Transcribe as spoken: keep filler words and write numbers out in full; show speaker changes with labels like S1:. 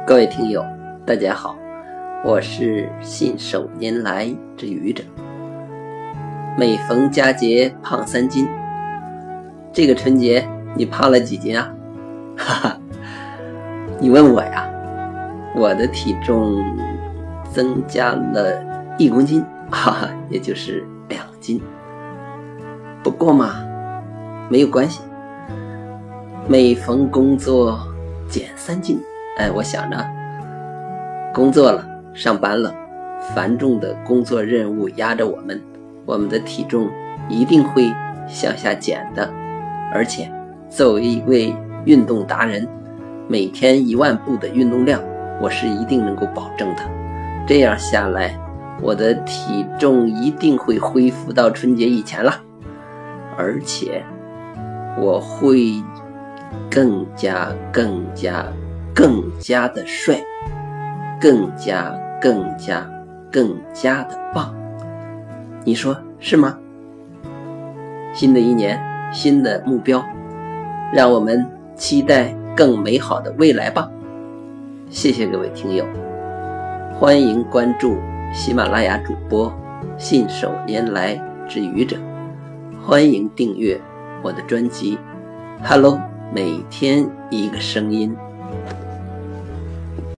S1: 各位听友大家好，我是信手拈来之愚者。每逢佳节胖三斤，这个春节你胖了几斤啊？哈哈，你问我呀，我的体重增加了一公斤，哈哈，也就是两斤。不过嘛，没有关系，每逢工作减三斤。哎，我想着工作了，上班了，繁重的工作任务压着我们，我们的体重一定会向下减的。而且作为一位运动达人，每天一万步的运动量我是一定能够保证的。这样下来，我的体重一定会恢复到春节以前了，而且我会更加更加更加的帅，更加更加更加的棒，你说是吗？新的一年，新的目标，让我们期待更美好的未来吧。谢谢各位听友，欢迎关注喜马拉雅主播信手拈来之愚者，欢迎订阅我的专辑 Hello 每天一个声音。